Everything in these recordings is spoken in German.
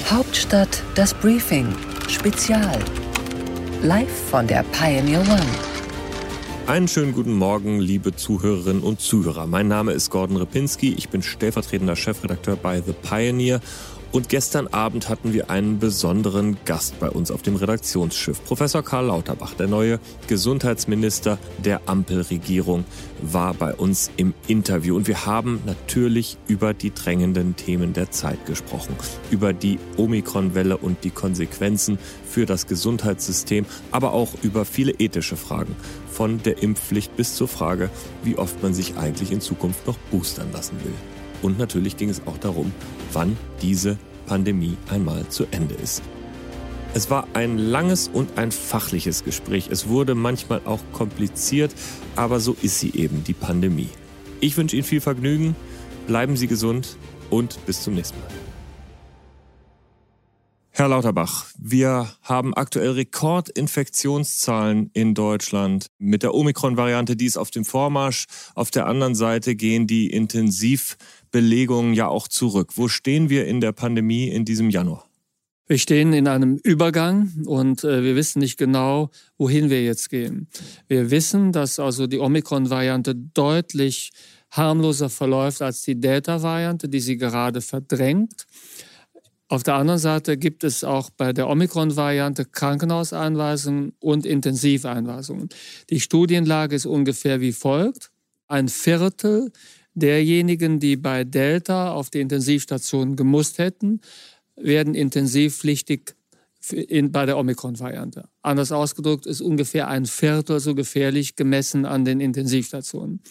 Hauptstadt das Briefing Spezial. Live von der Pioneer One. Einen schönen guten Morgen, liebe Zuhörerinnen und Zuhörer. Mein Name ist Gordon Ripinski, ich bin stellvertretender Chefredakteur bei The Pioneer. Und gestern Abend hatten wir einen besonderen Gast bei uns auf dem Redaktionsschiff. Professor Karl Lauterbach, der neue Gesundheitsminister der Ampelregierung, war bei uns im Interview. Und wir haben natürlich über die drängenden Themen der Zeit gesprochen. Über die Omikron-Welle und die Konsequenzen für das Gesundheitssystem, aber auch über viele ethische Fragen. Von der Impfpflicht bis zur Frage, wie oft man sich eigentlich in Zukunft noch boostern lassen will. Und natürlich ging es auch darum, wann diese Pandemie einmal zu Ende ist. Es war ein langes und ein fachliches Gespräch. Es wurde manchmal auch kompliziert, aber so ist sie eben, die Pandemie. Ich wünsche Ihnen viel Vergnügen, bleiben Sie gesund und bis zum nächsten Mal. Herr Lauterbach, wir haben aktuell Rekordinfektionszahlen in Deutschland mit der Omikron-Variante, die ist auf dem Vormarsch. Auf der anderen Seite gehen die Intensivbelegungen ja auch zurück. Wo stehen wir in der Pandemie in diesem Januar? Wir stehen in einem Übergang und wir wissen nicht genau, wohin wir jetzt gehen. Wir wissen, dass also die Omikron-Variante deutlich harmloser verläuft als die Delta-Variante, die sie gerade verdrängt. Auf der anderen Seite gibt es auch bei der Omikron-Variante Krankenhauseinweisungen und Intensiveinweisungen. Die Studienlage ist ungefähr wie folgt. 1/4 derjenigen, die bei Delta auf die Intensivstation gemusst hätten, werden intensivpflichtig bei der Omikron-Variante. Anders ausgedrückt ist ungefähr 1/4 so gefährlich gemessen an den Intensivstationen.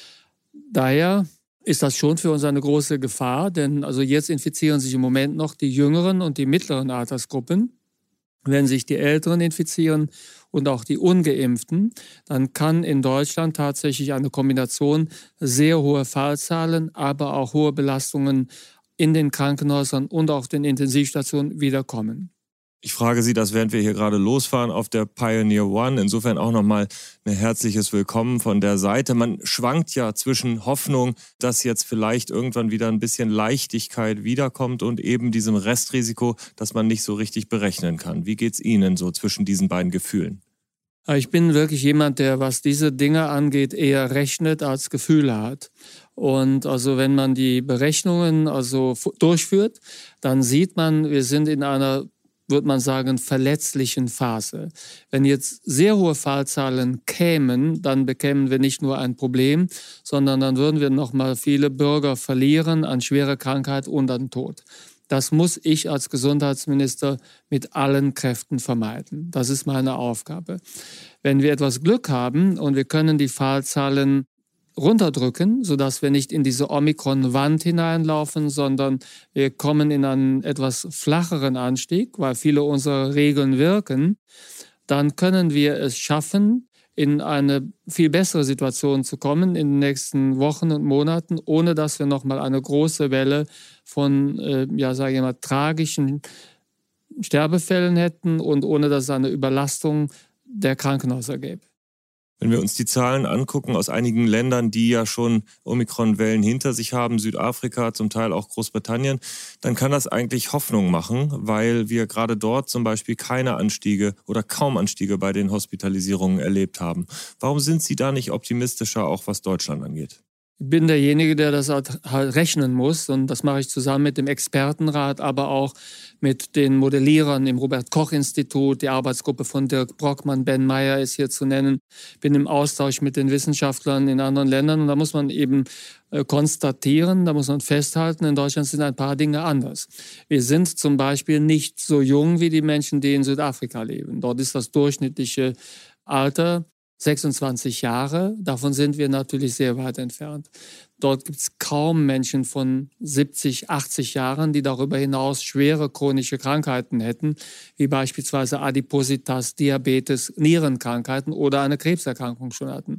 Daher ist das schon für uns eine große Gefahr, denn also jetzt infizieren sich im Moment noch die jüngeren und die mittleren Altersgruppen. Wenn sich die Älteren infizieren und auch die Ungeimpften, dann kann in Deutschland tatsächlich eine Kombination sehr hohe Fallzahlen, aber auch hohe Belastungen in den Krankenhäusern und auf den Intensivstationen wiederkommen. Ich frage Sie das, während wir hier gerade losfahren auf der Pioneer One. Insofern auch nochmal ein herzliches Willkommen von der Seite. Man schwankt ja zwischen Hoffnung, dass jetzt vielleicht irgendwann wieder ein bisschen Leichtigkeit wiederkommt und eben diesem Restrisiko, das man nicht so richtig berechnen kann. Wie geht's Ihnen so zwischen diesen beiden Gefühlen? Ich bin wirklich jemand, der, was diese Dinge angeht, eher rechnet als Gefühle hat. Und also wenn man die Berechnungen also durchführt, dann sieht man, wir sind in einer, würde man sagen, verletzlichen Phase. Wenn jetzt sehr hohe Fallzahlen kämen, dann bekämen wir nicht nur ein Problem, sondern dann würden wir nochmal viele Bürger verlieren an schwerer Krankheit und an Tod. Das muss ich als Gesundheitsminister mit allen Kräften vermeiden. Das ist meine Aufgabe. Wenn wir etwas Glück haben und wir können die Fallzahlen runterdrücken, sodass wir nicht in diese Omikron-Wand hineinlaufen, sondern wir kommen in einen etwas flacheren Anstieg, weil viele unserer Regeln wirken, dann können wir es schaffen, in eine viel bessere Situation zu kommen in den nächsten Wochen und Monaten, ohne dass wir nochmal eine große Welle von, tragischen Sterbefällen hätten und ohne dass es eine Überlastung der Krankenhäuser gäbe. Wenn wir uns die Zahlen angucken aus einigen Ländern, die ja schon Omikron-Wellen hinter sich haben, Südafrika, zum Teil auch Großbritannien, dann kann das eigentlich Hoffnung machen, weil wir gerade dort zum Beispiel keine Anstiege oder kaum Anstiege bei den Hospitalisierungen erlebt haben. Warum sind Sie da nicht optimistischer, auch was Deutschland angeht? Ich bin derjenige, der das halt rechnen muss und das mache ich zusammen mit dem Expertenrat, aber auch mit den Modellierern im Robert-Koch-Institut, die Arbeitsgruppe von Dirk Brockmann, Ben Meyer ist hier zu nennen. Ich bin im Austausch mit den Wissenschaftlern in anderen Ländern und da muss man eben konstatieren, da muss man festhalten, in Deutschland sind ein paar Dinge anders. Wir sind zum Beispiel nicht so jung wie die Menschen, die in Südafrika leben. Dort ist das durchschnittliche Alter 26 Jahre, davon sind wir natürlich sehr weit entfernt. Dort gibt es kaum Menschen von 70, 80 Jahren, die darüber hinaus schwere chronische Krankheiten hätten, wie beispielsweise Adipositas, Diabetes, Nierenkrankheiten oder eine Krebserkrankung schon hatten.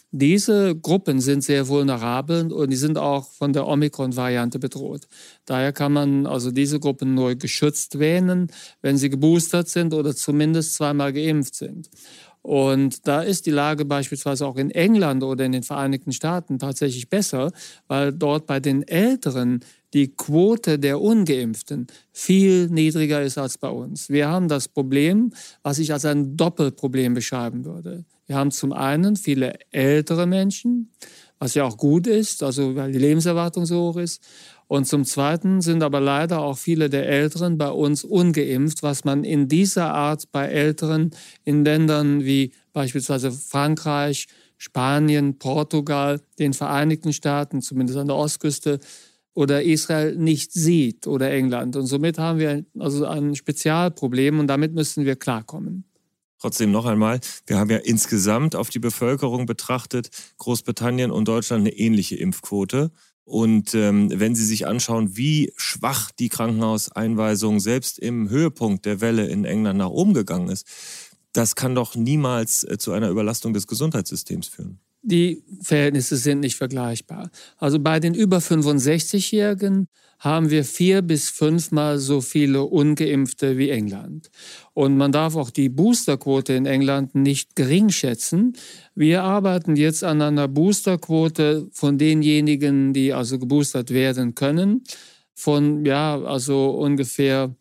Diese Gruppen sind sehr vulnerabel und die sind auch von der Omikron-Variante bedroht. Daher kann man also diese Gruppen nur geschützt wählen, wenn sie geboostert sind oder zumindest zweimal geimpft sind. Und da ist die Lage beispielsweise auch in England oder in den Vereinigten Staaten tatsächlich besser, weil dort bei den Älteren die Quote der Ungeimpften viel niedriger ist als bei uns. Wir haben das Problem, was ich als ein Doppelproblem beschreiben würde. Wir haben zum einen viele ältere Menschen, was ja auch gut ist, also weil die Lebenserwartung so hoch ist. Und zum Zweiten sind aber leider auch viele der Älteren bei uns ungeimpft, was man in dieser Art bei Älteren in Ländern wie beispielsweise Frankreich, Spanien, Portugal, den Vereinigten Staaten, zumindest an der Ostküste, oder Israel nicht sieht oder England. Und somit haben wir also ein Spezialproblem und damit müssen wir klarkommen. Trotzdem noch einmal, wir haben ja insgesamt auf die Bevölkerung betrachtet, Großbritannien und Deutschland eine ähnliche Impfquote. Und wenn Sie sich anschauen, wie schwach die Krankenhauseinweisung selbst im Höhepunkt der Welle in England nach oben gegangen ist, das kann doch niemals zu einer Überlastung des Gesundheitssystems führen. Die Verhältnisse sind nicht vergleichbar. Also bei den über 65-Jährigen haben wir 4 bis 5 Mal so viele Ungeimpfte wie England. Und man darf auch die Boosterquote in England nicht gering schätzen. Wir arbeiten jetzt an einer Boosterquote von denjenigen, die also geboostert werden können, von also ungefähr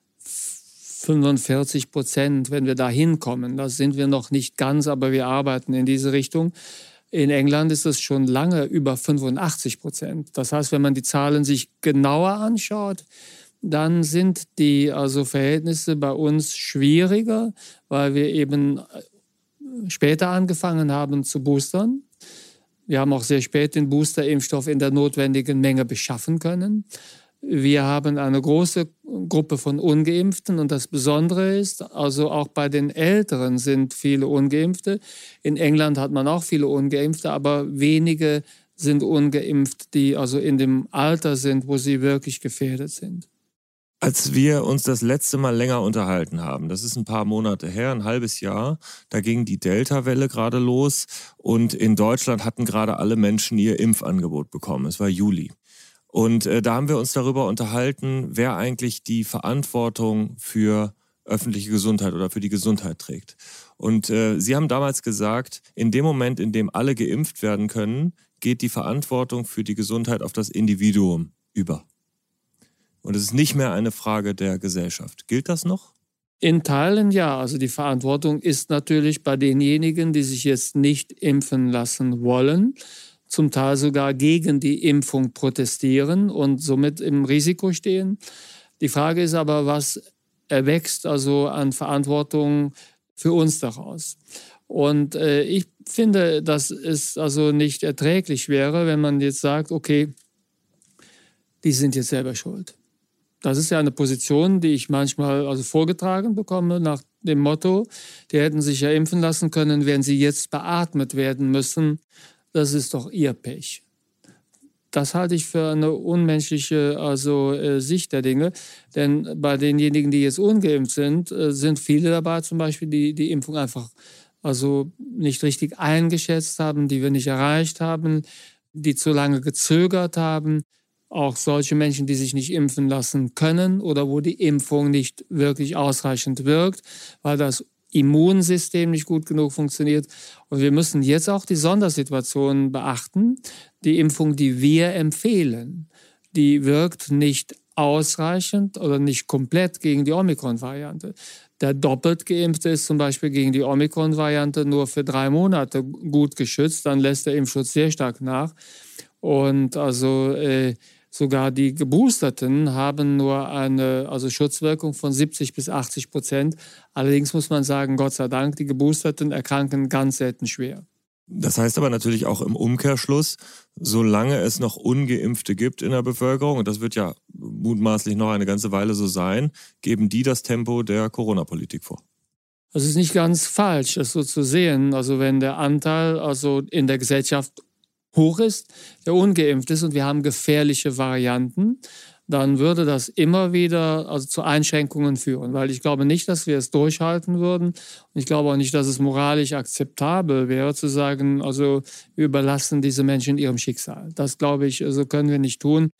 45%, wenn wir da hinkommen. Das sind wir noch nicht ganz, aber wir arbeiten in diese Richtung. In England ist es schon lange über 85%. Das heißt, wenn man die Zahlen sich genauer anschaut, dann sind die Verhältnisse bei uns schwieriger, weil wir eben später angefangen haben zu boostern. Wir haben auch sehr spät den Boosterimpfstoff in der notwendigen Menge beschaffen können. Wir haben eine große Gruppe von Ungeimpften und das Besondere ist, also auch bei den Älteren sind viele Ungeimpfte. In England hat man auch viele Ungeimpfte, aber wenige sind ungeimpft, die also in dem Alter sind, wo sie wirklich gefährdet sind. Als wir uns das letzte Mal länger unterhalten haben, das ist ein paar Monate her, ein halbes Jahr, da ging die Delta-Welle gerade los und in Deutschland hatten gerade alle Menschen ihr Impfangebot bekommen. Es war Juli. Und da haben wir uns darüber unterhalten, wer eigentlich die Verantwortung für öffentliche Gesundheit oder für die Gesundheit trägt. Und Sie haben damals gesagt, in dem Moment, in dem alle geimpft werden können, geht die Verantwortung für die Gesundheit auf das Individuum über. Und es ist nicht mehr eine Frage der Gesellschaft. Gilt das noch? In Teilen ja. Also die Verantwortung ist natürlich bei denjenigen, die sich jetzt nicht impfen lassen wollen, zum Teil sogar gegen die Impfung protestieren und somit im Risiko stehen. Die Frage ist aber, was erwächst also an Verantwortung für uns daraus? Und ich finde, dass es also nicht erträglich wäre, wenn man jetzt sagt, okay, die sind jetzt selber schuld. Das ist ja eine Position, die ich manchmal vorgetragen bekomme nach dem Motto, die hätten sich ja impfen lassen können, wenn sie jetzt beatmet werden müssen. Das ist doch ihr Pech. Das halte ich für eine unmenschliche Sicht der Dinge. Denn bei denjenigen, die jetzt ungeimpft sind, sind viele dabei zum Beispiel, die Impfung einfach nicht richtig eingeschätzt haben, die wir nicht erreicht haben, die zu lange gezögert haben. Auch solche Menschen, die sich nicht impfen lassen können oder wo die Impfung nicht wirklich ausreichend wirkt, weil das Immunsystem nicht gut genug funktioniert. Und wir müssen jetzt auch die Sondersituation beachten. Die Impfung, die wir empfehlen, die wirkt nicht ausreichend oder nicht komplett gegen die Omikron-Variante. Der doppelt Geimpfte ist zum Beispiel gegen die Omikron-Variante nur für 3 Monate gut geschützt. Dann lässt der Impfschutz sehr stark nach. Und sogar die Geboosterten haben nur eine Schutzwirkung von 70-80%. Allerdings muss man sagen, Gott sei Dank, die Geboosterten erkranken ganz selten schwer. Das heißt aber natürlich auch im Umkehrschluss, solange es noch Ungeimpfte gibt in der Bevölkerung, und das wird ja mutmaßlich noch eine ganze Weile so sein, geben die das Tempo der Corona-Politik vor. Das ist nicht ganz falsch, das so zu sehen. Also wenn der Anteil in der Gesellschaft hoch ist, der ungeimpft ist und wir haben gefährliche Varianten, dann würde das immer wieder zu Einschränkungen führen. Weil ich glaube nicht, dass wir es durchhalten würden. Und ich glaube auch nicht, dass es moralisch akzeptabel wäre, zu sagen, wir überlassen diese Menschen ihrem Schicksal. Das, glaube ich, können wir nicht tun.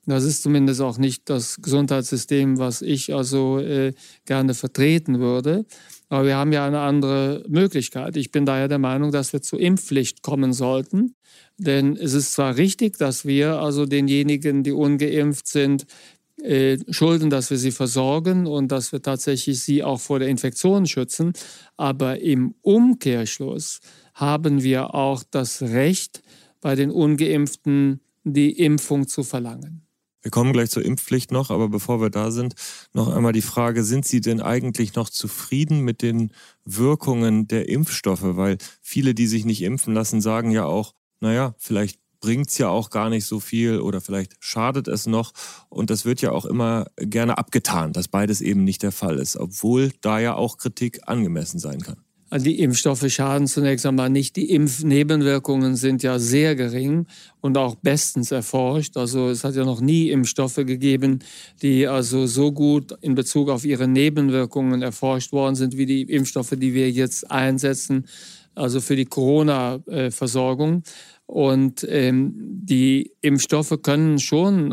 Das ist zumindest auch nicht das Gesundheitssystem, was ich also gerne vertreten würde. Aber wir haben ja eine andere Möglichkeit. Ich bin daher der Meinung, dass wir zur Impfpflicht kommen sollten. Denn es ist zwar richtig, dass wir also denjenigen, die ungeimpft sind, schulden, dass wir sie versorgen und dass wir tatsächlich sie auch vor der Infektion schützen. Aber im Umkehrschluss haben wir auch das Recht, bei den Ungeimpften die Impfung zu verlangen. Wir kommen gleich zur Impfpflicht noch, aber bevor wir da sind, noch einmal die Frage, sind Sie denn eigentlich noch zufrieden mit den Wirkungen der Impfstoffe? Weil viele, die sich nicht impfen lassen, sagen ja auch, naja, vielleicht bringt es ja auch gar nicht so viel oder vielleicht schadet es noch. Und das wird ja auch immer gerne abgetan, dass beides eben nicht der Fall ist, obwohl da ja auch Kritik angemessen sein kann. Also die Impfstoffe schaden zunächst einmal nicht. Die Impfnebenwirkungen sind ja sehr gering und auch bestens erforscht. Also es hat ja noch nie Impfstoffe gegeben, die also so gut in Bezug auf ihre Nebenwirkungen erforscht worden sind, wie die Impfstoffe, die wir jetzt einsetzen, also für die Corona-Versorgung. Und die Impfstoffe können schon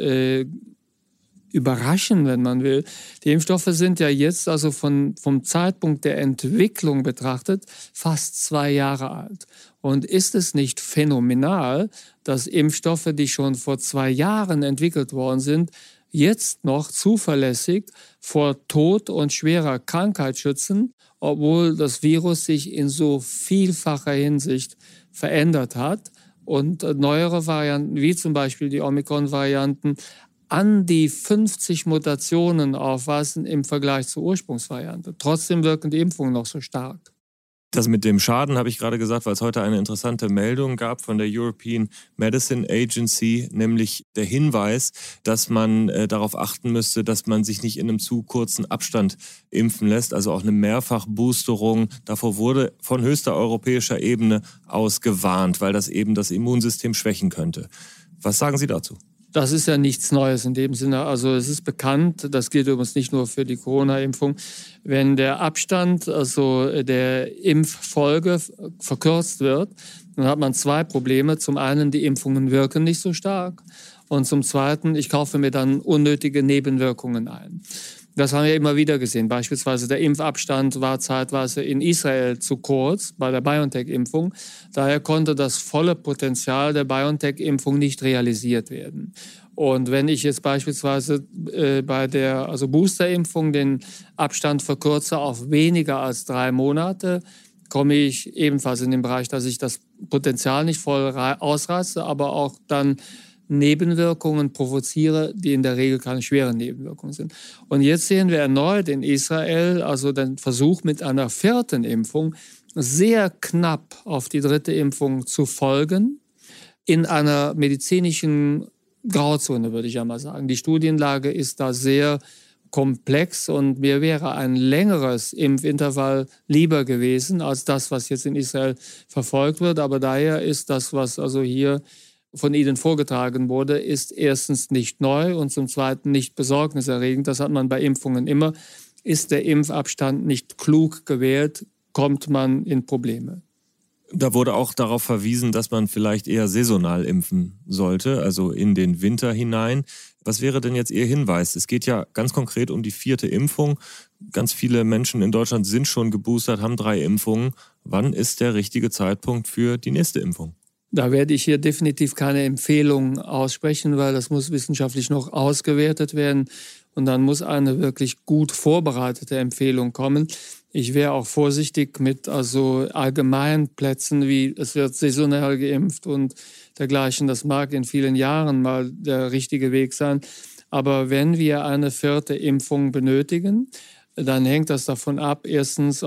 überraschen, wenn man will. Die Impfstoffe sind ja jetzt also vom Zeitpunkt der Entwicklung betrachtet fast 2 Jahre alt. Und ist es nicht phänomenal, dass Impfstoffe, die schon vor 2 Jahren entwickelt worden sind, jetzt noch zuverlässig vor Tod und schwerer Krankheit schützen, obwohl das Virus sich in so vielfacher Hinsicht verändert hat und neuere Varianten, wie zum Beispiel die Omikron-Varianten, an die 50 Mutationen aufweisen im Vergleich zur Ursprungsvariante. Trotzdem wirken die Impfungen noch so stark. Das mit dem Schaden habe ich gerade gesagt, weil es heute eine interessante Meldung gab von der European Medicine Agency, nämlich der Hinweis, dass man darauf achten müsste, dass man sich nicht in einem zu kurzen Abstand impfen lässt, also auch eine Mehrfachboosterung. Davor wurde von höchster europäischer Ebene aus gewarnt, weil das eben das Immunsystem schwächen könnte. Was sagen Sie dazu? Das ist ja nichts Neues in dem Sinne. Also es ist bekannt, das gilt übrigens nicht nur für die Corona-Impfung, wenn der Abstand, also der Impffolge verkürzt wird, dann hat man 2 Probleme. Zum einen, die Impfungen wirken nicht so stark und zum zweiten, ich kaufe mir dann unnötige Nebenwirkungen ein. Das haben wir immer wieder gesehen. Beispielsweise der Impfabstand war zeitweise in Israel zu kurz bei der BioNTech-Impfung. Daher konnte das volle Potenzial der BioNTech-Impfung nicht realisiert werden. Und wenn ich jetzt beispielsweise bei der Boosterimpfung den Abstand verkürze auf weniger als 3 Monate, komme ich ebenfalls in den Bereich, dass ich das Potenzial nicht voll ausreize, aber auch dann Nebenwirkungen provoziere, die in der Regel keine schweren Nebenwirkungen sind. Und jetzt sehen wir erneut in Israel, also den Versuch mit einer 4. Impfung, sehr knapp auf die 3. Impfung zu folgen, in einer medizinischen Grauzone, würde ich einmal sagen. Die Studienlage ist da sehr komplex und mir wäre ein längeres Impfintervall lieber gewesen, als das, was jetzt in Israel verfolgt wird. Aber daher ist das, was also hier von Ihnen vorgetragen wurde, ist erstens nicht neu und zum Zweiten nicht besorgniserregend. Das hat man bei Impfungen immer. Ist der Impfabstand nicht klug gewählt, kommt man in Probleme. Da wurde auch darauf verwiesen, dass man vielleicht eher saisonal impfen sollte, also in den Winter hinein. Was wäre denn jetzt Ihr Hinweis? Es geht ja ganz konkret um die 4. Impfung. Ganz viele Menschen in Deutschland sind schon geboostert, haben 3 Impfungen. Wann ist der richtige Zeitpunkt für die nächste Impfung? Da werde ich hier definitiv keine Empfehlung aussprechen, weil das muss wissenschaftlich noch ausgewertet werden. Und dann muss eine wirklich gut vorbereitete Empfehlung kommen. Ich wäre auch vorsichtig mit Allgemeinplätzen, wie es wird saisonal geimpft und dergleichen. Das mag in vielen Jahren mal der richtige Weg sein. Aber wenn wir eine 4. Impfung benötigen, dann hängt das davon ab, erstens,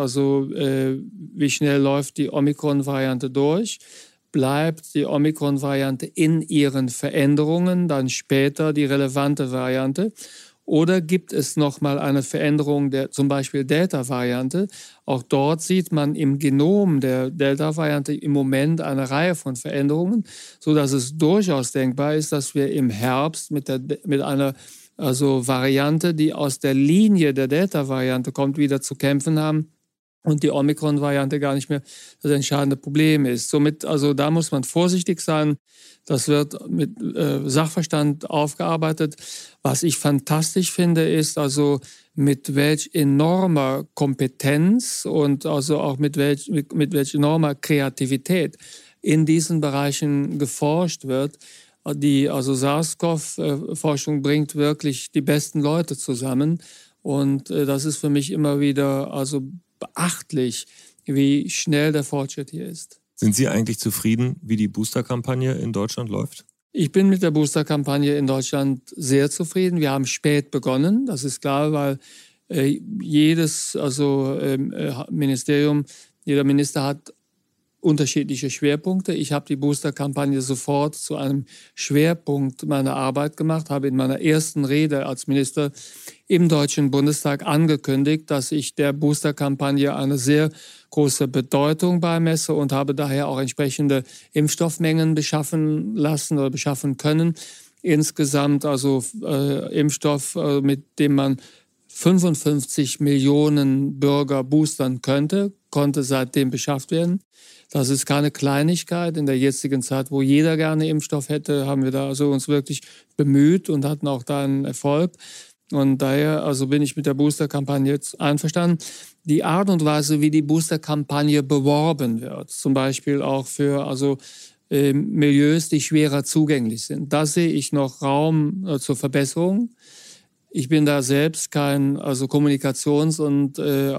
wie schnell läuft die Omikron-Variante durch. Bleibt die Omikron-Variante in ihren Veränderungen, dann später die relevante Variante? Oder gibt es nochmal eine Veränderung der zum Beispiel Delta-Variante? Auch dort sieht man im Genom der Delta-Variante im Moment eine Reihe von Veränderungen, sodass es durchaus denkbar ist, dass wir im Herbst mit einer Variante, die aus der Linie der Delta-Variante kommt, wieder zu kämpfen haben. und die Omikron-Variante gar nicht mehr das entscheidende Problem ist. Somit, also da muss man vorsichtig sein. Das wird mit Sachverstand aufgearbeitet. Was ich fantastisch finde, ist also mit welch enormer Kompetenz und also auch mit welch enormer Kreativität in diesen Bereichen geforscht wird. Die also SARS-CoV-Forschung bringt wirklich die besten Leute zusammen. Und das ist für mich immer wieder also beachtlich, wie schnell der Fortschritt hier ist. Sind Sie eigentlich zufrieden, wie die Booster-Kampagne in Deutschland läuft? Ich bin mit der Booster-Kampagne in Deutschland sehr zufrieden. Wir haben spät begonnen, das ist klar, weil jedes Ministerium, jeder Minister hat unterschiedliche Schwerpunkte. Ich habe die Booster-Kampagne sofort zu einem Schwerpunkt meiner Arbeit gemacht, habe in meiner ersten Rede als Minister im Deutschen Bundestag angekündigt, dass ich der Booster-Kampagne eine sehr große Bedeutung beimesse und habe daher auch entsprechende Impfstoffmengen beschaffen lassen oder beschaffen können. Insgesamt also Impfstoff, mit dem man 55 Millionen Bürger boostern konnte seitdem beschafft werden. Das ist keine Kleinigkeit. In der jetzigen Zeit, wo jeder gerne Impfstoff hätte, haben wir da also uns wirklich bemüht und hatten auch da einen Erfolg. Und daher also bin ich mit der Booster-Kampagne jetzt einverstanden. Die Art und Weise, wie die Booster-Kampagne beworben wird, zum Beispiel auch für Milieus, die schwerer zugänglich sind, da sehe ich noch Raum zur Verbesserung. Ich bin da selbst kein Kommunikations- und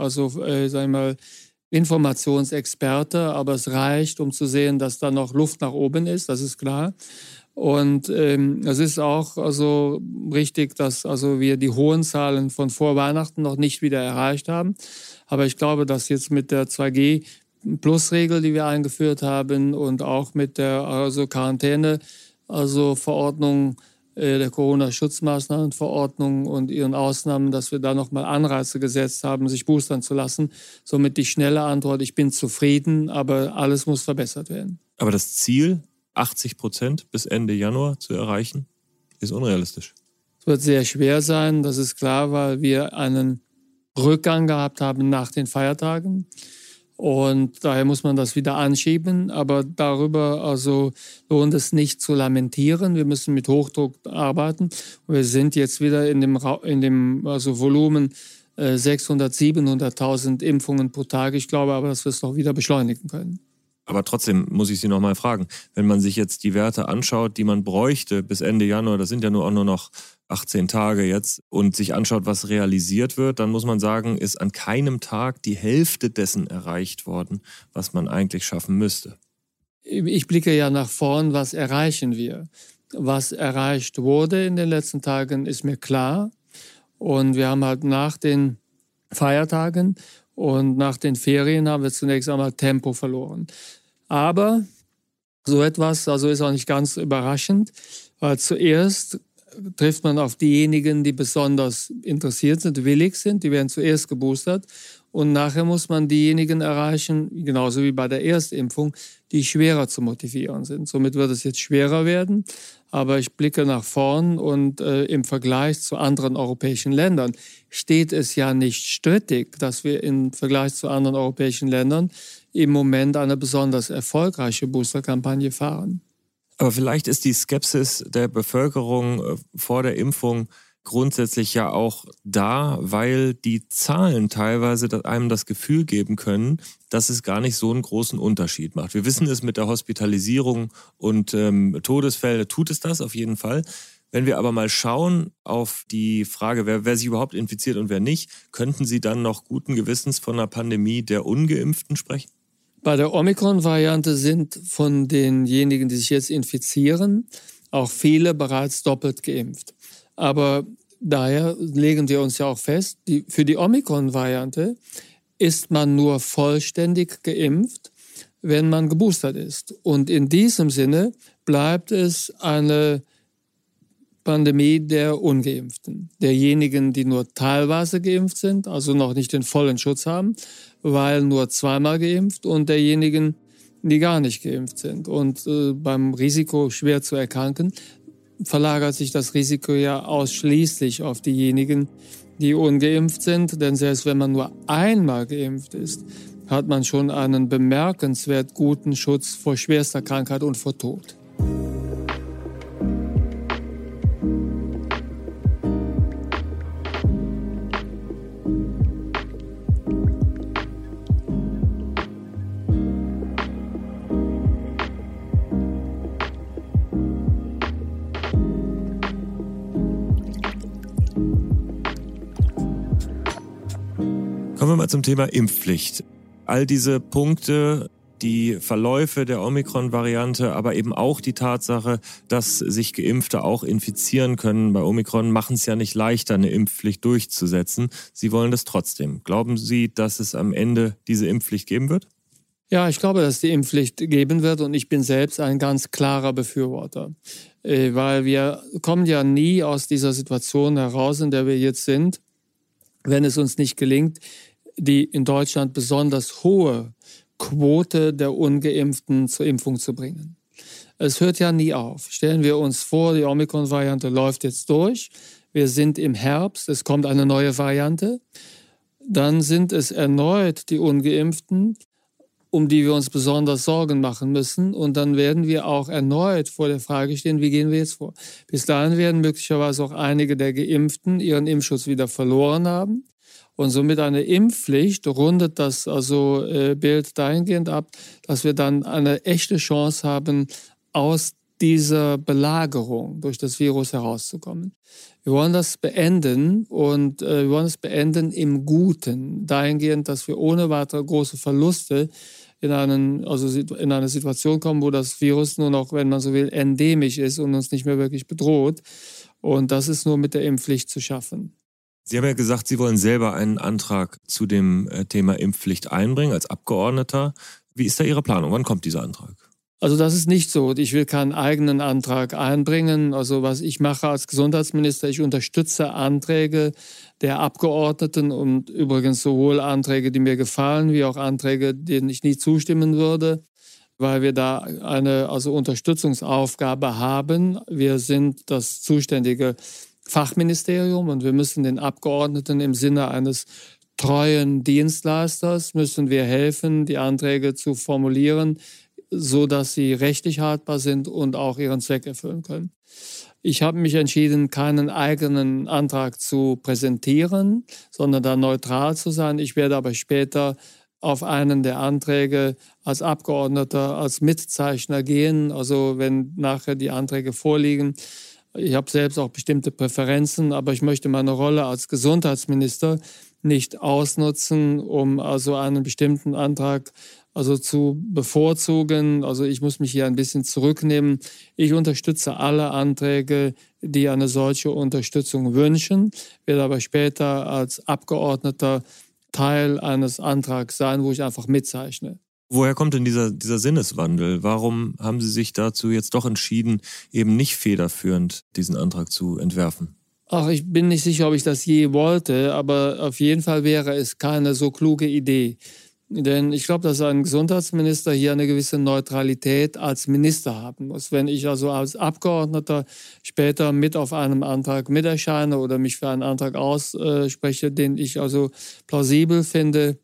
Informationsexperte, aber es reicht, um zu sehen, dass da noch Luft nach oben ist, das ist klar. Und es ist auch richtig, dass wir die hohen Zahlen von vor Weihnachten noch nicht wieder erreicht haben. Aber ich glaube, dass jetzt mit der 2G-Plus-Regel, die wir eingeführt haben und auch mit der Quarantäne, Verordnung, der Corona-Schutzmaßnahmenverordnung und ihren Ausnahmen, dass wir da nochmal Anreize gesetzt haben, sich boostern zu lassen. Somit die schnelle Antwort, ich bin zufrieden, aber alles muss verbessert werden. Aber das Ziel, 80% bis Ende Januar zu erreichen, ist unrealistisch. Es wird sehr schwer sein, das ist klar, weil wir einen Rückgang gehabt haben nach den Feiertagen. Und daher muss man das wieder anschieben. Aber darüber lohnt es nicht zu lamentieren. Wir müssen mit Hochdruck arbeiten. Und wir sind jetzt wieder in dem Volumen 600.000, 700.000 Impfungen pro Tag. Ich glaube aber, dass wir es noch wieder beschleunigen können. Aber trotzdem muss ich Sie noch mal fragen, wenn man sich jetzt die Werte anschaut, die man bräuchte bis Ende Januar, das sind ja nur noch 18 Tage jetzt, und sich anschaut, was realisiert wird, dann muss man sagen, ist an keinem Tag die Hälfte dessen erreicht worden, was man eigentlich schaffen müsste. Ich blicke ja nach vorn, was erreichen wir? Was erreicht wurde in den letzten Tagen, ist mir klar. Und wir haben halt nach den Feiertagen und nach den Ferien haben wir zunächst einmal Tempo verloren. Aber so etwas ist auch nicht ganz überraschend, weil zuerst trifft man auf diejenigen, die besonders interessiert sind, willig sind, die werden zuerst geboostert. Und nachher muss man diejenigen erreichen, genauso wie bei der Erstimpfung, die schwerer zu motivieren sind. Somit wird es jetzt schwerer werden. Aber ich blicke nach vorn und im Vergleich zu anderen europäischen Ländern steht es ja nicht strittig, dass wir im Vergleich zu anderen europäischen Ländern im Moment eine besonders erfolgreiche Boosterkampagne fahren. Aber vielleicht ist die Skepsis der Bevölkerung vor der Impfung grundsätzlich ja auch da, weil die Zahlen teilweise einem das Gefühl geben können, dass es gar nicht so einen großen Unterschied macht. Wir wissen es mit der Hospitalisierung und Todesfälle, tut es das auf jeden Fall. Wenn wir aber mal schauen auf die Frage, wer sich überhaupt infiziert und wer nicht, könnten Sie dann noch guten Gewissens von einer Pandemie der Ungeimpften sprechen? Bei der Omikron-Variante sind von denjenigen, die sich jetzt infizieren, auch viele bereits doppelt geimpft. Aber daher legen wir uns ja auch fest, für die Omikron-Variante ist man nur vollständig geimpft, wenn man geboostert ist. Und in diesem Sinne bleibt es eine Pandemie der Ungeimpften. Derjenigen, die nur teilweise geimpft sind, also noch nicht den vollen Schutz haben, weil nur zweimal geimpft, und derjenigen, die gar nicht geimpft sind und beim Risiko schwer zu erkranken, verlagert sich das Risiko ja ausschließlich auf diejenigen, die ungeimpft sind. Denn selbst wenn man nur einmal geimpft ist, hat man schon einen bemerkenswert guten Schutz vor schwerster Krankheit und vor Tod. Kommen wir mal zum Thema Impfpflicht. All diese Punkte, die Verläufe der Omikron-Variante, aber eben auch die Tatsache, dass sich Geimpfte auch infizieren können bei Omikron, machen es ja nicht leichter, eine Impfpflicht durchzusetzen. Sie wollen das trotzdem. Glauben Sie, dass es am Ende diese Impfpflicht geben wird? Ja, ich glaube, dass es die Impfpflicht geben wird und ich bin selbst ein ganz klarer Befürworter. Weil wir kommen ja nie aus dieser Situation heraus, in der wir jetzt sind, wenn es uns nicht gelingt, die in Deutschland besonders hohe Quote der Ungeimpften zur Impfung zu bringen. Es hört ja nie auf. Stellen wir uns vor, die Omikron-Variante läuft jetzt durch. Wir sind im Herbst, es kommt eine neue Variante. Dann sind es erneut die Ungeimpften, um die wir uns besonders Sorgen machen müssen. Und dann werden wir auch erneut vor der Frage stehen, wie gehen wir jetzt vor? Bis dahin werden möglicherweise auch einige der Geimpften ihren Impfschutz wieder verloren haben. Und somit eine Impfpflicht rundet das Bild dahingehend ab, dass wir dann eine echte Chance haben, aus dieser Belagerung durch das Virus herauszukommen. Wir wollen das beenden und wir wollen es beenden im Guten, dahingehend, dass wir ohne weitere große Verluste in eine Situation kommen, wo das Virus nur noch, wenn man so will, endemisch ist und uns nicht mehr wirklich bedroht. Und das ist nur mit der Impfpflicht zu schaffen. Sie haben ja gesagt, Sie wollen selber einen Antrag zu dem Thema Impfpflicht einbringen als Abgeordneter. Wie ist da Ihre Planung? Wann kommt dieser Antrag? Also das ist nicht so. Ich will keinen eigenen Antrag einbringen. Also was ich mache als Gesundheitsminister, ich unterstütze Anträge der Abgeordneten und übrigens sowohl Anträge, die mir gefallen, wie auch Anträge, denen ich nie zustimmen würde, weil wir da eine Unterstützungsaufgabe haben. Wir sind das zuständige Fachministerium und wir müssen den Abgeordneten im Sinne eines treuen Dienstleisters müssen wir helfen, die Anträge zu formulieren, so dass sie rechtlich haltbar sind und auch ihren Zweck erfüllen können. Ich habe mich entschieden, keinen eigenen Antrag zu präsentieren, sondern da neutral zu sein. Ich werde aber später auf einen der Anträge als Abgeordneter, als Mitzeichner gehen, also wenn nachher die Anträge vorliegen. Ich habe selbst auch bestimmte Präferenzen, aber ich möchte meine Rolle als Gesundheitsminister nicht ausnutzen, um einen bestimmten Antrag zu bevorzugen. Also ich muss mich hier ein bisschen zurücknehmen. Ich unterstütze alle Anträge, die eine solche Unterstützung wünschen, werde aber später als Abgeordneter Teil eines Antrags sein, wo ich einfach mitzeichne. Woher kommt denn dieser Sinneswandel? Warum haben Sie sich dazu jetzt doch entschieden, eben nicht federführend diesen Antrag zu entwerfen? Ach, ich bin nicht sicher, ob ich das je wollte, aber auf jeden Fall wäre es keine so kluge Idee. Denn ich glaube, dass ein Gesundheitsminister hier eine gewisse Neutralität als Minister haben muss. Wenn ich als Abgeordneter später mit auf einem Antrag miterscheine oder mich für einen Antrag ausspreche, den ich plausibel finde,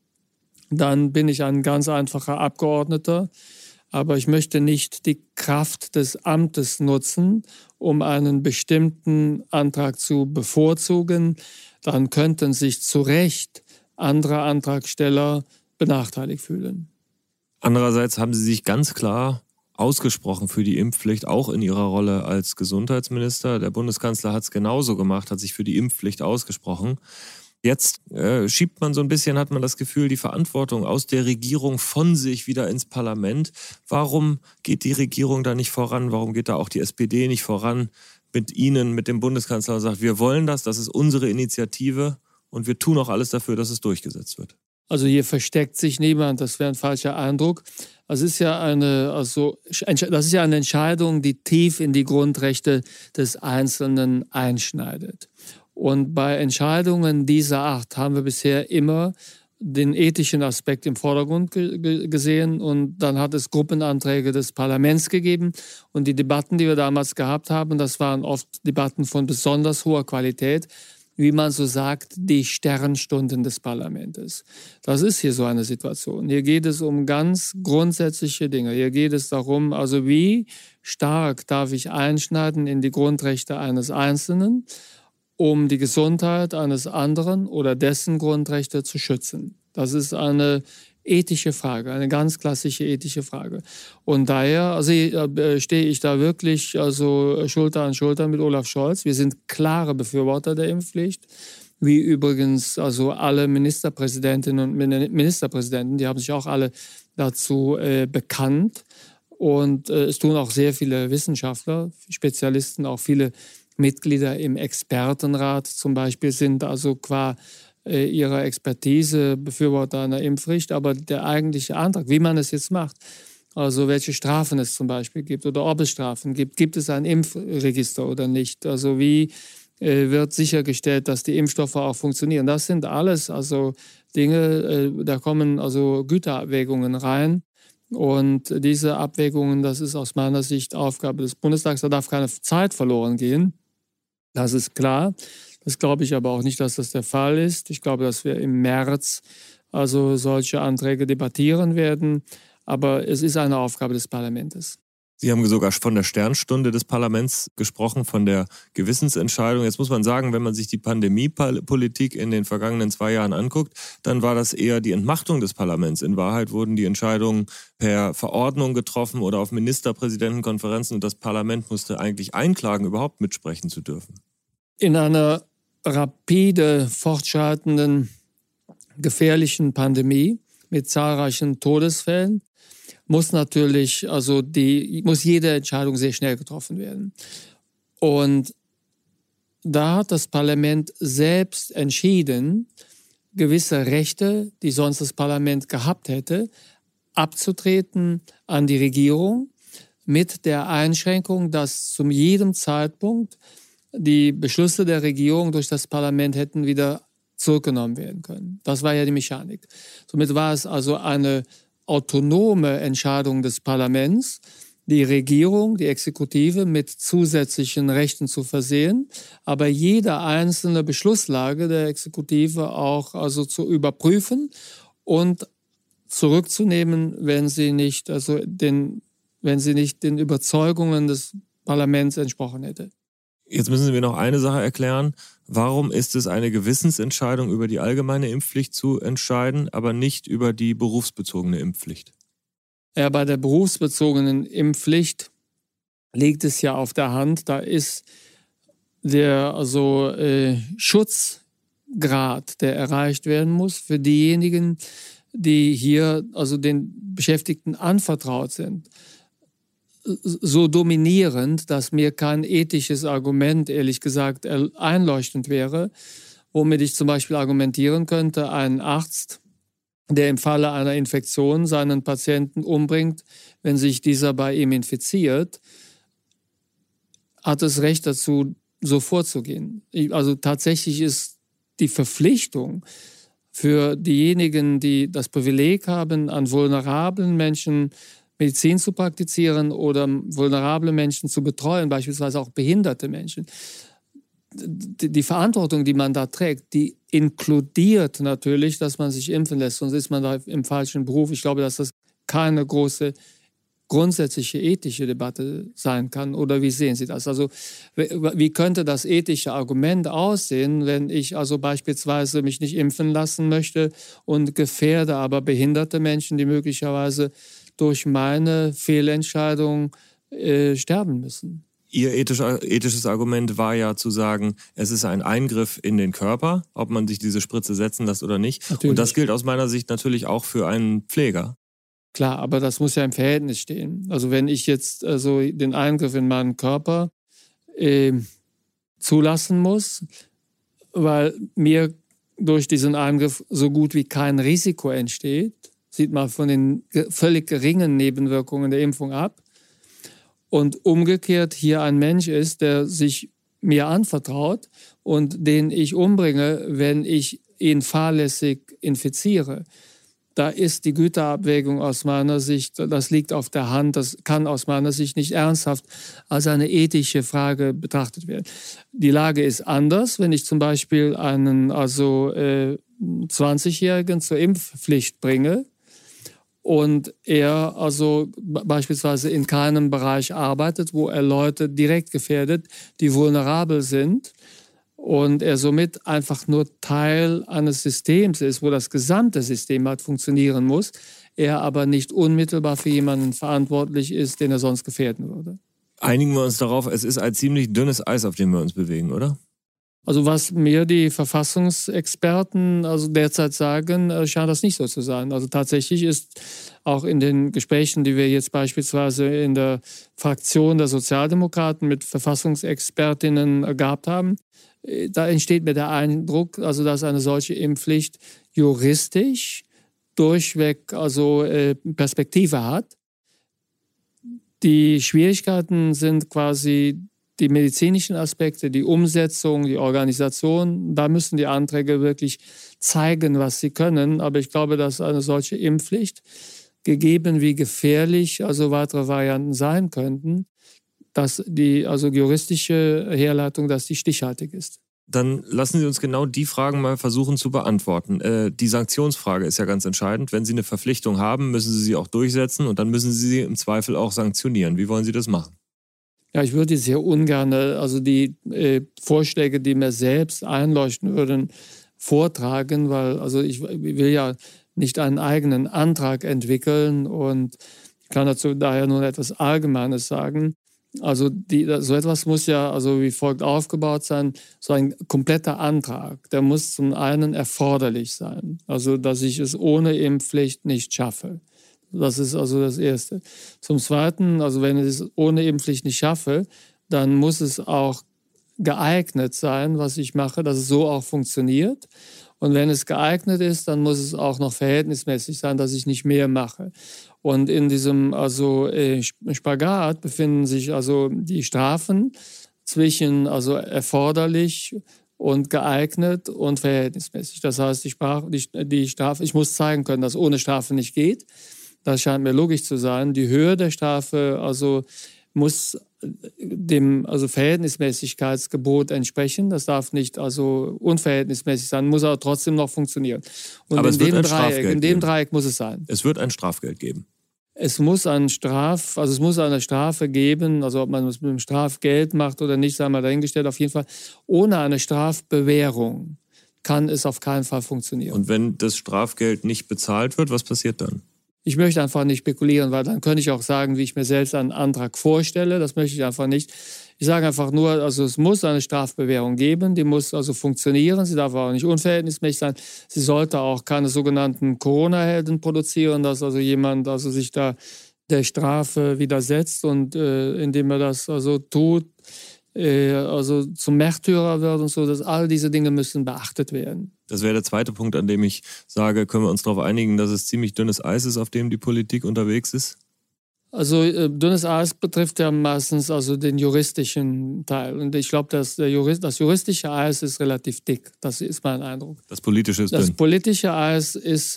dann bin ich ein ganz einfacher Abgeordneter. Aber ich möchte nicht die Kraft des Amtes nutzen, um einen bestimmten Antrag zu bevorzugen. Dann könnten sich zu Recht andere Antragsteller benachteiligt fühlen. Andererseits haben Sie sich ganz klar ausgesprochen für die Impfpflicht, auch in Ihrer Rolle als Gesundheitsminister. Der Bundeskanzler hat es genauso gemacht, hat sich für die Impfpflicht ausgesprochen. Jetzt schiebt man so ein bisschen, hat man das Gefühl, die Verantwortung aus der Regierung von sich wieder ins Parlament. Warum geht die Regierung da nicht voran? Warum geht da auch die SPD nicht voran mit Ihnen, mit dem Bundeskanzler und sagt, wir wollen das ist unsere Initiative und wir tun auch alles dafür, dass es durchgesetzt wird? Also hier versteckt sich niemand, das wäre ein falscher Eindruck. Das ist ja eine Entscheidung, die tief in die Grundrechte des Einzelnen einschneidet. Und bei Entscheidungen dieser Art haben wir bisher immer den ethischen Aspekt im Vordergrund gesehen und dann hat es Gruppenanträge des Parlaments gegeben und die Debatten, die wir damals gehabt haben, das waren oft Debatten von besonders hoher Qualität, wie man so sagt, die Sternstunden des Parlaments. Das ist hier so eine Situation. Hier geht es um ganz grundsätzliche Dinge. Hier geht es darum, also wie stark darf ich einschneiden in die Grundrechte eines Einzelnen, um die Gesundheit eines anderen oder dessen Grundrechte zu schützen. Das ist eine ethische Frage, eine ganz klassische ethische Frage. Und daher stehe ich da wirklich Schulter an Schulter mit Olaf Scholz. Wir sind klare Befürworter der Impfpflicht, wie übrigens alle Ministerpräsidentinnen und Ministerpräsidenten, die haben sich auch alle dazu bekannt. Und es tun auch sehr viele Wissenschaftler, Spezialisten, auch viele Mitglieder im Expertenrat zum Beispiel sind qua ihrer Expertise Befürworter einer Impfpflicht. Aber der eigentliche Antrag, wie man es jetzt macht, also welche Strafen es zum Beispiel gibt oder ob es Strafen gibt es ein Impfregister oder nicht, also wie wird sichergestellt, dass die Impfstoffe auch funktionieren. Das sind alles Dinge, da kommen Güterabwägungen rein. Und diese Abwägungen, das ist aus meiner Sicht Aufgabe des Bundestags. Da darf keine Zeit verloren gehen. Das ist klar. Das glaube ich aber auch nicht, dass das der Fall ist. Ich glaube, dass wir im März solche Anträge debattieren werden. Aber es ist eine Aufgabe des Parlaments. Sie haben sogar von der Sternstunde des Parlaments gesprochen, von der Gewissensentscheidung. Jetzt muss man sagen, wenn man sich die Pandemiepolitik in den vergangenen 2 Jahren anguckt, dann war das eher die Entmachtung des Parlaments. In Wahrheit wurden die Entscheidungen per Verordnung getroffen oder auf Ministerpräsidentenkonferenzen und das Parlament musste eigentlich einklagen, überhaupt mitsprechen zu dürfen. In einer rapide fortschreitenden, gefährlichen Pandemie mit zahlreichen Todesfällen muss natürlich, muss jede Entscheidung sehr schnell getroffen werden. Und da hat das Parlament selbst entschieden, gewisse Rechte, die sonst das Parlament gehabt hätte, abzutreten an die Regierung mit der Einschränkung, dass zu jedem Zeitpunkt die Beschlüsse der Regierung durch das Parlament hätten wieder zurückgenommen werden können. Das war ja die Mechanik. Somit war es eine autonome Entscheidung des Parlaments, die Regierung, die Exekutive mit zusätzlichen Rechten zu versehen, aber jede einzelne Beschlusslage der Exekutive auch zu überprüfen und zurückzunehmen, wenn sie nicht den Überzeugungen des Parlaments entsprochen hätte. Jetzt müssen Sie mir noch eine Sache erklären. Warum ist es eine Gewissensentscheidung, über die allgemeine Impfpflicht zu entscheiden, aber nicht über die berufsbezogene Impfpflicht? Ja, bei der berufsbezogenen Impfpflicht liegt es ja auf der Hand, da ist der Schutzgrad, der erreicht werden muss für diejenigen, die hier den Beschäftigten anvertraut sind, so dominierend, dass mir kein ethisches Argument, ehrlich gesagt, einleuchtend wäre, womit ich zum Beispiel argumentieren könnte, ein Arzt, der im Falle einer Infektion seinen Patienten umbringt, wenn sich dieser bei ihm infiziert, hat das Recht dazu, so vorzugehen. Tatsächlich ist die Verpflichtung für diejenigen, die das Privileg haben, an vulnerablen Menschen Medizin zu praktizieren oder vulnerable Menschen zu betreuen, beispielsweise auch behinderte Menschen. Die Verantwortung, die man da trägt, die inkludiert natürlich, dass man sich impfen lässt, sonst ist man da im falschen Beruf. Ich glaube, dass das keine große grundsätzliche ethische Debatte sein kann. Oder wie sehen Sie das? Wie könnte das ethische Argument aussehen, wenn ich beispielsweise mich nicht impfen lassen möchte und gefährde aber behinderte Menschen, die möglicherweise durch meine Fehlentscheidung sterben müssen? Ihr ethisches Argument war ja zu sagen, es ist ein Eingriff in den Körper, ob man sich diese Spritze setzen lässt oder nicht. Natürlich. Und das gilt aus meiner Sicht natürlich auch für einen Pfleger. Klar, aber das muss ja im Verhältnis stehen. Also wenn ich jetzt den Eingriff in meinen Körper zulassen muss, weil mir durch diesen Eingriff so gut wie kein Risiko entsteht, sieht man von den völlig geringen Nebenwirkungen der Impfung ab. Und umgekehrt hier ein Mensch ist, der sich mir anvertraut und den ich umbringe, wenn ich ihn fahrlässig infiziere. Da ist die Güterabwägung aus meiner Sicht, das liegt auf der Hand, das kann aus meiner Sicht nicht ernsthaft als eine ethische Frage betrachtet werden. Die Lage ist anders, wenn ich zum Beispiel einen 20-Jährigen zur Impfpflicht bringe und er also beispielsweise in keinem Bereich arbeitet, wo er Leute direkt gefährdet, die vulnerabel sind, und er somit einfach nur Teil eines Systems ist, wo das gesamte System halt funktionieren muss, er aber nicht unmittelbar für jemanden verantwortlich ist, den er sonst gefährden würde. Einigen wir uns darauf, es ist ein ziemlich dünnes Eis, auf dem wir uns bewegen, oder? Also was mir die Verfassungsexperten also derzeit sagen, scheint das nicht so zu sein. Also tatsächlich ist auch in den Gesprächen, die wir jetzt beispielsweise in der Fraktion der Sozialdemokraten mit Verfassungsexpertinnen gehabt haben, da entsteht mir der Eindruck, also dass eine solche Impfpflicht juristisch durchweg Perspektive hat. Die Schwierigkeiten sind quasi die medizinischen Aspekte, die Umsetzung, die Organisation. Da müssen die Anträge wirklich zeigen, was sie können. Aber ich glaube, dass eine solche Impfpflicht, gegeben wie gefährlich weitere Varianten sein könnten, dass die juristische Herleitung, dass die stichhaltig ist. Dann lassen Sie uns genau die Fragen mal versuchen zu beantworten. Die Sanktionsfrage ist ja ganz entscheidend. Wenn Sie eine Verpflichtung haben, müssen Sie sie auch durchsetzen und dann müssen Sie sie im Zweifel auch sanktionieren. Wie wollen Sie das machen? Ja, ich würde sehr ungern die Vorschläge, die mir selbst einleuchten würden, vortragen, weil ich will ja nicht einen eigenen Antrag entwickeln und ich kann dazu daher nur etwas Allgemeines sagen. Also so etwas muss ja wie folgt aufgebaut sein. So ein kompletter Antrag, der muss zum einen erforderlich sein. Also dass ich es ohne Impfpflicht nicht schaffe. Das ist das Erste. Zum Zweiten, wenn ich es ohne Impfpflicht nicht schaffe, dann muss es auch geeignet sein, was ich mache, dass es so auch funktioniert. Und wenn es geeignet ist, dann muss es auch noch verhältnismäßig sein, dass ich nicht mehr mache. Und in diesem Spagat befinden sich die Strafen zwischen erforderlich und geeignet und verhältnismäßig. Das heißt, die Strafe, ich muss zeigen können, dass ohne Strafe nicht geht. Das scheint mir logisch zu sein. Die Höhe der Strafe muss dem Verhältnismäßigkeitsgebot entsprechen. Das darf nicht unverhältnismäßig sein, muss aber trotzdem noch funktionieren. Und aber in dem Dreieck muss es sein. Es wird ein Strafgeld geben. Es muss eine Strafe geben, ob man es mit dem Strafgeld macht oder nicht, sei mal dahingestellt. Auf jeden Fall ohne eine Strafbewährung kann es auf keinen Fall funktionieren. Und wenn das Strafgeld nicht bezahlt wird, was passiert dann? Ich möchte einfach nicht spekulieren, weil dann könnte ich auch sagen, wie ich mir selbst einen Antrag vorstelle. Das möchte ich einfach nicht. Ich sage einfach nur, es muss eine Strafbewährung geben, die muss funktionieren. Sie darf auch nicht unverhältnismäßig sein. Sie sollte auch keine sogenannten Corona-Helden produzieren, dass jemand sich da der Strafe widersetzt und indem er das tut, zum Märtyrer wird und so. Dass all diese Dinge müssen beachtet werden. Das wäre der zweite Punkt, an dem ich sage, können wir uns darauf einigen, dass es ziemlich dünnes Eis ist, auf dem die Politik unterwegs ist? Dünnes Eis betrifft ja meistens den juristischen Teil. Und ich glaube, dass das juristische Eis ist relativ dick. Das ist mein Eindruck. Das politische ist dünn. Das politische Eis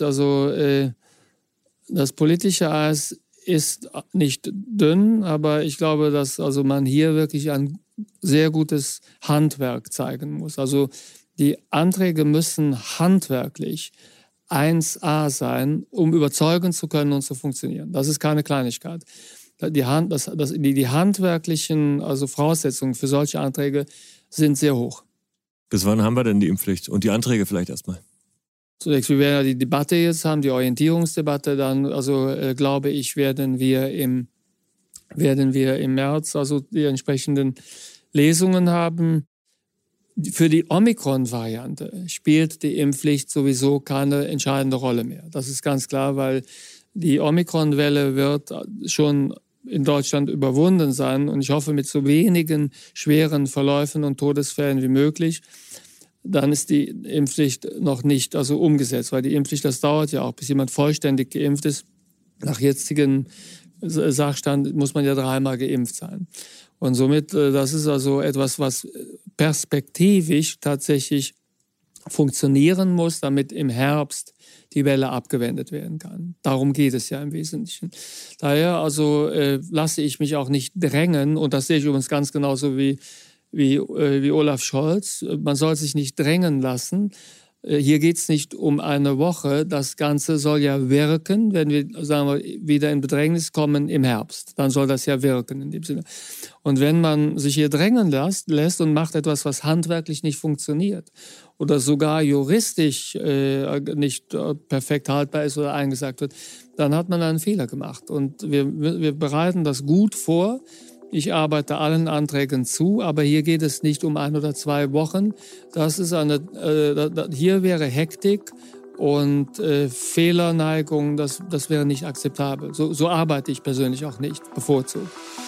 ist nicht dünn, aber ich glaube, dass man hier wirklich ein sehr gutes Handwerk zeigen muss. Die Anträge müssen handwerklich 1A sein, um überzeugen zu können und zu funktionieren. Das ist keine Kleinigkeit. Die handwerklichen Voraussetzungen für solche Anträge sind sehr hoch. Bis wann haben wir denn die Impfpflicht? Und die Anträge vielleicht erstmal? Zunächst, wir werden ja die Debatte jetzt haben, die Orientierungsdebatte. Dann, glaube ich, werden wir im März die entsprechenden Lesungen haben. Für die Omikron-Variante spielt die Impfpflicht sowieso keine entscheidende Rolle mehr. Das ist ganz klar, weil die Omikron-Welle wird schon in Deutschland überwunden sein und ich hoffe mit so wenigen schweren Verläufen und Todesfällen wie möglich. Dann ist die Impfpflicht noch nicht umgesetzt, weil die Impfpflicht, das dauert ja auch, bis jemand vollständig geimpft ist. Nach jetzigem Sachstand muss man ja 3-mal geimpft sein. Und somit, das ist also etwas, was perspektivisch tatsächlich funktionieren muss, damit im Herbst die Welle abgewendet werden kann. Darum geht es ja im Wesentlichen. Daher also lasse ich mich auch nicht drängen, und das sehe ich übrigens ganz genauso wie Olaf Scholz. Man soll sich nicht drängen lassen. Hier geht es nicht um eine Woche. Das Ganze soll ja wirken, wenn wir, sagen wir, wieder in Bedrängnis kommen im Herbst. Dann soll das ja wirken in dem Sinne. Und wenn man sich hier drängen lässt und macht etwas, was handwerklich nicht funktioniert oder sogar juristisch nicht perfekt haltbar ist oder eingesagt wird, dann hat man einen Fehler gemacht. Und wir bereiten das gut vor. Ich arbeite allen Anträgen zu, aber hier geht es nicht um 1 oder 2 Wochen. Das ist hier wäre Hektik und Fehlerneigung, das wäre nicht akzeptabel. So arbeite ich persönlich auch nicht, bevorzugt.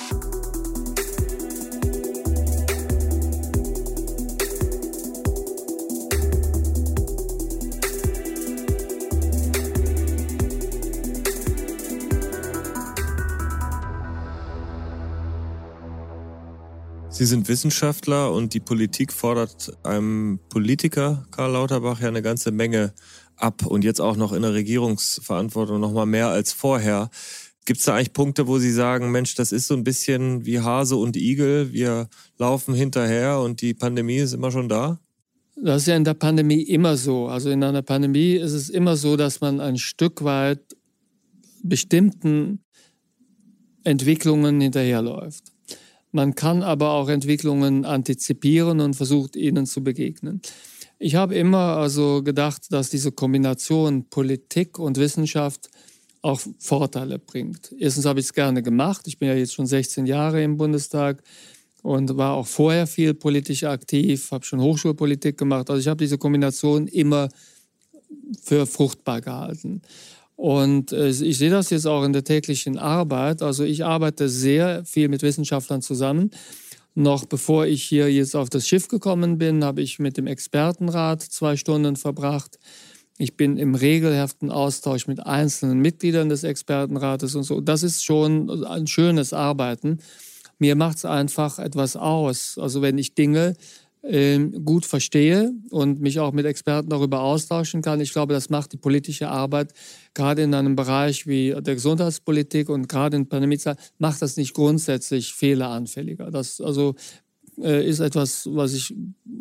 Sie sind Wissenschaftler und die Politik fordert einem Politiker, Karl Lauterbach, ja eine ganze Menge ab und jetzt auch noch in der Regierungsverantwortung noch mal mehr als vorher. Gibt es da eigentlich Punkte, wo Sie sagen, Mensch, das ist so ein bisschen wie Hase und Igel, wir laufen hinterher und die Pandemie ist immer schon da? Das ist ja in der Pandemie immer so. Also in einer Pandemie ist es immer so, dass man ein Stück weit bestimmten Entwicklungen hinterherläuft. Man kann aber auch Entwicklungen antizipieren und versucht, ihnen zu begegnen. Ich habe immer also gedacht, dass diese Kombination Politik und Wissenschaft auch Vorteile bringt. Erstens habe ich es gerne gemacht. Ich bin ja jetzt schon 16 Jahre im Bundestag und war auch vorher viel politisch aktiv, habe schon Hochschulpolitik gemacht. Also ich habe diese Kombination immer für fruchtbar gehalten. Und ich sehe das jetzt auch in der täglichen Arbeit. Also ich arbeite sehr viel mit Wissenschaftlern zusammen. Noch bevor ich hier jetzt auf das Schiff gekommen bin, habe ich mit dem Expertenrat 2 Stunden verbracht. Ich bin im regelhaften Austausch mit einzelnen Mitgliedern des Expertenrates und so. Das ist schon ein schönes Arbeiten. Mir macht es einfach etwas aus. Also wenn ich Dinge gut verstehe und mich auch mit Experten darüber austauschen kann. Ich glaube, das macht die politische Arbeit, gerade in einem Bereich wie der Gesundheitspolitik und gerade in Pandemiezeit, macht das nicht grundsätzlich fehleranfälliger. Das also ist etwas, was ich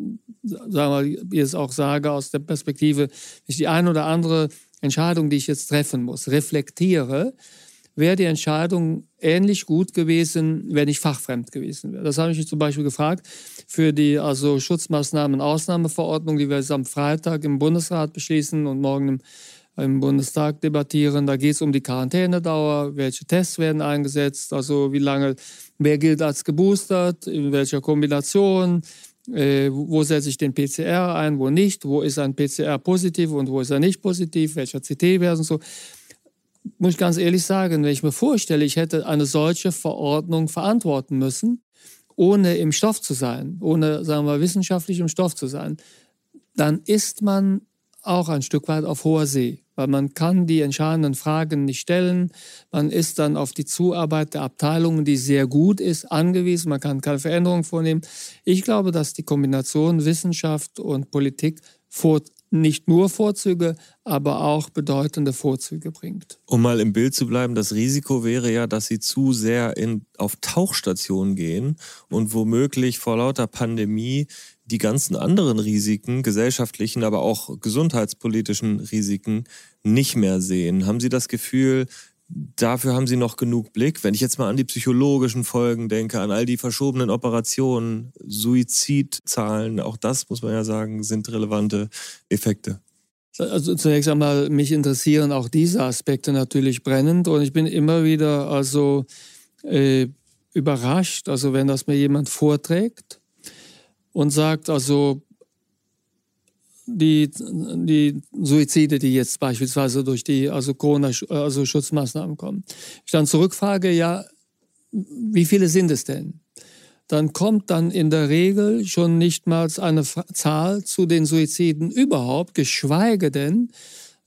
jetzt auch sage aus der Perspektive, wenn ich die eine oder andere Entscheidung, die ich jetzt treffen muss, reflektiere, wäre die Entscheidung ähnlich gut gewesen, wenn ich fachfremd gewesen wäre. Das habe ich mich zum Beispiel gefragt für die Schutzmaßnahmen-Ausnahmeverordnung, die wir jetzt am Freitag im Bundesrat beschließen und morgen im Bundestag debattieren. Da geht es um die Quarantänedauer, welche Tests werden eingesetzt, also wie lange, wer gilt als geboostert, in welcher Kombination, wo setze ich den PCR ein, wo nicht, wo ist ein PCR positiv und wo ist er nicht positiv, welcher CT-Wert und so. Muss ich ganz ehrlich sagen, wenn ich mir vorstelle, ich hätte eine solche Verordnung verantworten müssen, ohne im Stoff zu sein, ohne, sagen wir, wissenschaftlich im Stoff zu sein, dann ist man auch ein Stück weit auf hoher See, weil man kann die entscheidenden Fragen nicht stellen. Man ist dann auf die Zuarbeit der Abteilungen, die sehr gut ist, angewiesen. Man kann keine Veränderungen vornehmen. Ich glaube, dass die Kombination Wissenschaft und Politik nicht nur Vorzüge, aber auch bedeutende Vorzüge bringt. Um mal im Bild zu bleiben, das Risiko wäre ja, dass Sie zu sehr auf Tauchstationen gehen und womöglich vor lauter Pandemie die ganzen anderen Risiken, gesellschaftlichen, aber auch gesundheitspolitischen Risiken nicht mehr sehen. Haben Sie das Gefühl, dafür haben Sie noch genug Blick? Wenn ich jetzt mal an die psychologischen Folgen denke, an all die verschobenen Operationen, Suizidzahlen, auch das, muss man ja sagen, sind relevante Effekte. Also zunächst einmal, mich interessieren auch diese Aspekte natürlich brennend und ich bin immer wieder überrascht, also wenn das mir jemand vorträgt und sagt, also die Suizide, die jetzt beispielsweise durch die Corona-Schutzmaßnahmen kommen. Ich dann zurückfrage, ja, wie viele sind es denn? Dann kommt dann in der Regel schon nicht mal eine Zahl zu den Suiziden überhaupt, geschweige denn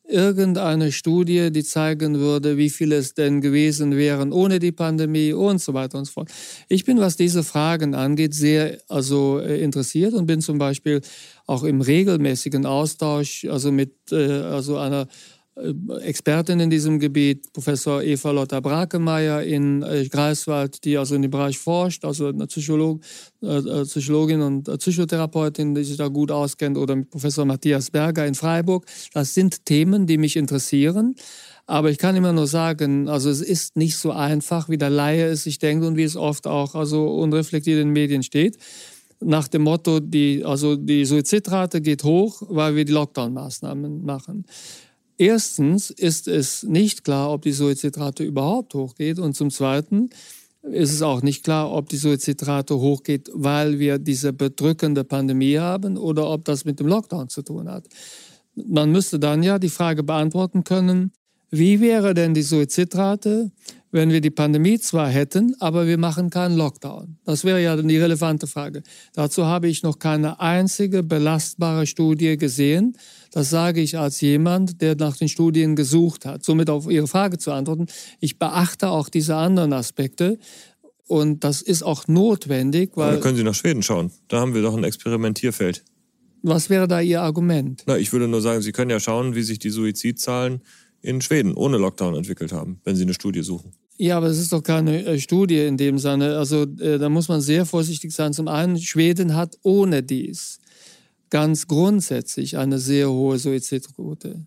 irgendeine Studie, die zeigen würde, wie viele es denn gewesen wären ohne die Pandemie und so weiter und so fort. Ich bin, was diese Fragen angeht, sehr interessiert und bin zum Beispiel auch im regelmäßigen Austausch mit einer Expertin in diesem Gebiet, Professor Eva Lotter-Brakemeyer in Greifswald, die also in dem Bereich forscht, also eine Psychologin und Psychotherapeutin, die sich da gut auskennt, oder mit Professor Matthias Berger in Freiburg. Das sind Themen, die mich interessieren. Aber ich kann immer nur sagen, also es ist nicht so einfach, wie der Laie es sich denkt und wie es oft auch unreflektiert in den Medien steht. Nach dem Motto, die Suizidrate geht hoch, weil wir die Lockdown-Maßnahmen machen. Erstens ist es nicht klar, ob die Suizidrate überhaupt hochgeht. Und zum Zweiten ist es auch nicht klar, ob die Suizidrate hochgeht, weil wir diese bedrückende Pandemie haben oder ob das mit dem Lockdown zu tun hat. Man müsste dann ja die Frage beantworten können, wie wäre denn die Suizidrate, wenn wir die Pandemie zwar hätten, aber wir machen keinen Lockdown? Das wäre ja die relevante Frage. Dazu habe ich noch keine einzige belastbare Studie gesehen. Das sage ich als jemand, der nach den Studien gesucht hat. Somit auf Ihre Frage zu antworten. Ich beachte auch diese anderen Aspekte. Und das ist auch notwendig, weil... Aber da können Sie nach Schweden schauen. Da haben wir doch ein Experimentierfeld. Was wäre da Ihr Argument? Na, ich würde nur sagen, Sie können ja schauen, wie sich die Suizidzahlen in Schweden ohne Lockdown entwickelt haben, wenn Sie eine Studie suchen. Ja, aber es ist doch keine Studie in dem Sinne. Also da muss man sehr vorsichtig sein. Zum einen, Schweden hat ohne dies ganz grundsätzlich eine sehr hohe Suizidquote.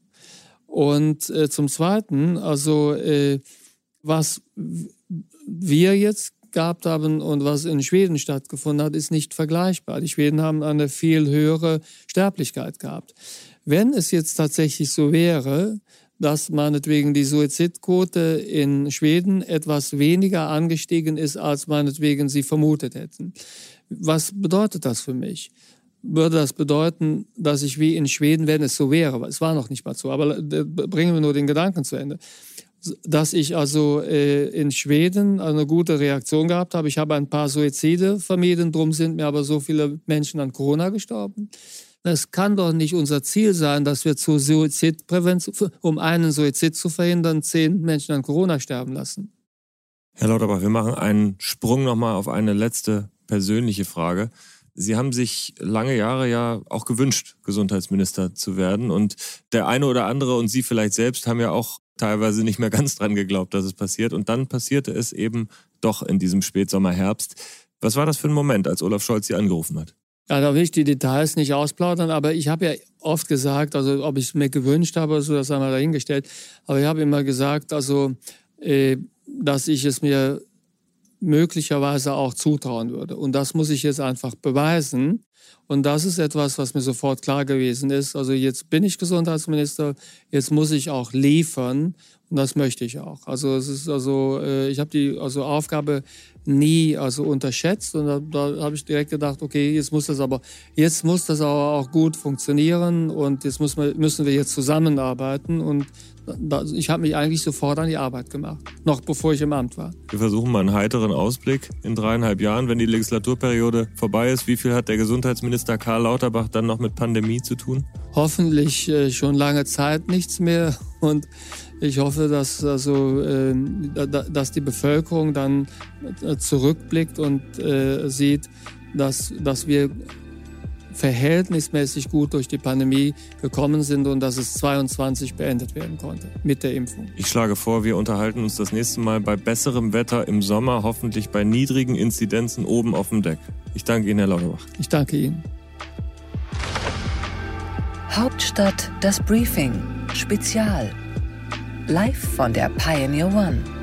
Und zum Zweiten, was wir jetzt gehabt haben und was in Schweden stattgefunden hat, ist nicht vergleichbar. Die Schweden haben eine viel höhere Sterblichkeit gehabt. Wenn es jetzt tatsächlich so wäre, dass meinetwegen die Suizidquote in Schweden etwas weniger angestiegen ist, als meinetwegen sie vermutet hätten. Was bedeutet das für mich? Würde das bedeuten, dass ich wie in Schweden, wenn es so wäre, es war noch nicht mal so, aber bringen wir nur den Gedanken zu Ende, dass ich in Schweden eine gute Reaktion gehabt habe. Ich habe ein paar Suizide vermieden, drum sind mir aber so viele Menschen an Corona gestorben. Es kann doch nicht unser Ziel sein, dass wir zur Suizidprävention, um einen Suizid zu verhindern, 10 Menschen an Corona sterben lassen. Herr Lauterbach, wir machen einen Sprung nochmal auf eine letzte persönliche Frage. Sie haben sich lange Jahre ja auch gewünscht, Gesundheitsminister zu werden. Und der eine oder andere und Sie vielleicht selbst haben ja auch teilweise nicht mehr ganz dran geglaubt, dass es passiert. Und dann passierte es eben doch in diesem Spätsommer, Herbst. Was war das für ein Moment, als Olaf Scholz Sie angerufen hat? Ja, da will ich die Details nicht ausplaudern, aber ich habe ja oft gesagt, also ob ich es mir gewünscht habe, so das haben wir dahingestellt, aber ich habe immer gesagt, dass ich es mir möglicherweise auch zutrauen würde. Und das muss ich jetzt einfach beweisen. Und das ist etwas, was mir sofort klar gewesen ist. Also jetzt bin ich Gesundheitsminister, jetzt muss ich auch liefern. Und das möchte ich auch. Also es ist ich habe die Aufgabe nie unterschätzt. Und da habe ich direkt gedacht, okay, jetzt muss das aber auch gut funktionieren. Und jetzt müssen wir jetzt zusammenarbeiten. Und ich habe mich eigentlich sofort an die Arbeit gemacht, noch bevor ich im Amt war. Wir versuchen mal einen heiteren Ausblick in 3,5 Jahren, wenn die Legislaturperiode vorbei ist. Wie viel hat der Gesundheitsminister Karl Lauterbach dann noch mit Pandemie zu tun? Hoffentlich schon lange Zeit nichts mehr. Und ich hoffe, dass die Bevölkerung dann zurückblickt und sieht, dass wir verhältnismäßig gut durch die Pandemie gekommen sind und dass es 2022 beendet werden konnte mit der Impfung. Ich schlage vor, wir unterhalten uns das nächste Mal bei besserem Wetter im Sommer, hoffentlich bei niedrigen Inzidenzen oben auf dem Deck. Ich danke Ihnen, Herr Lauterbach. Ich danke Ihnen. Hauptstadt das Briefing Spezial. Live von der Pioneer One.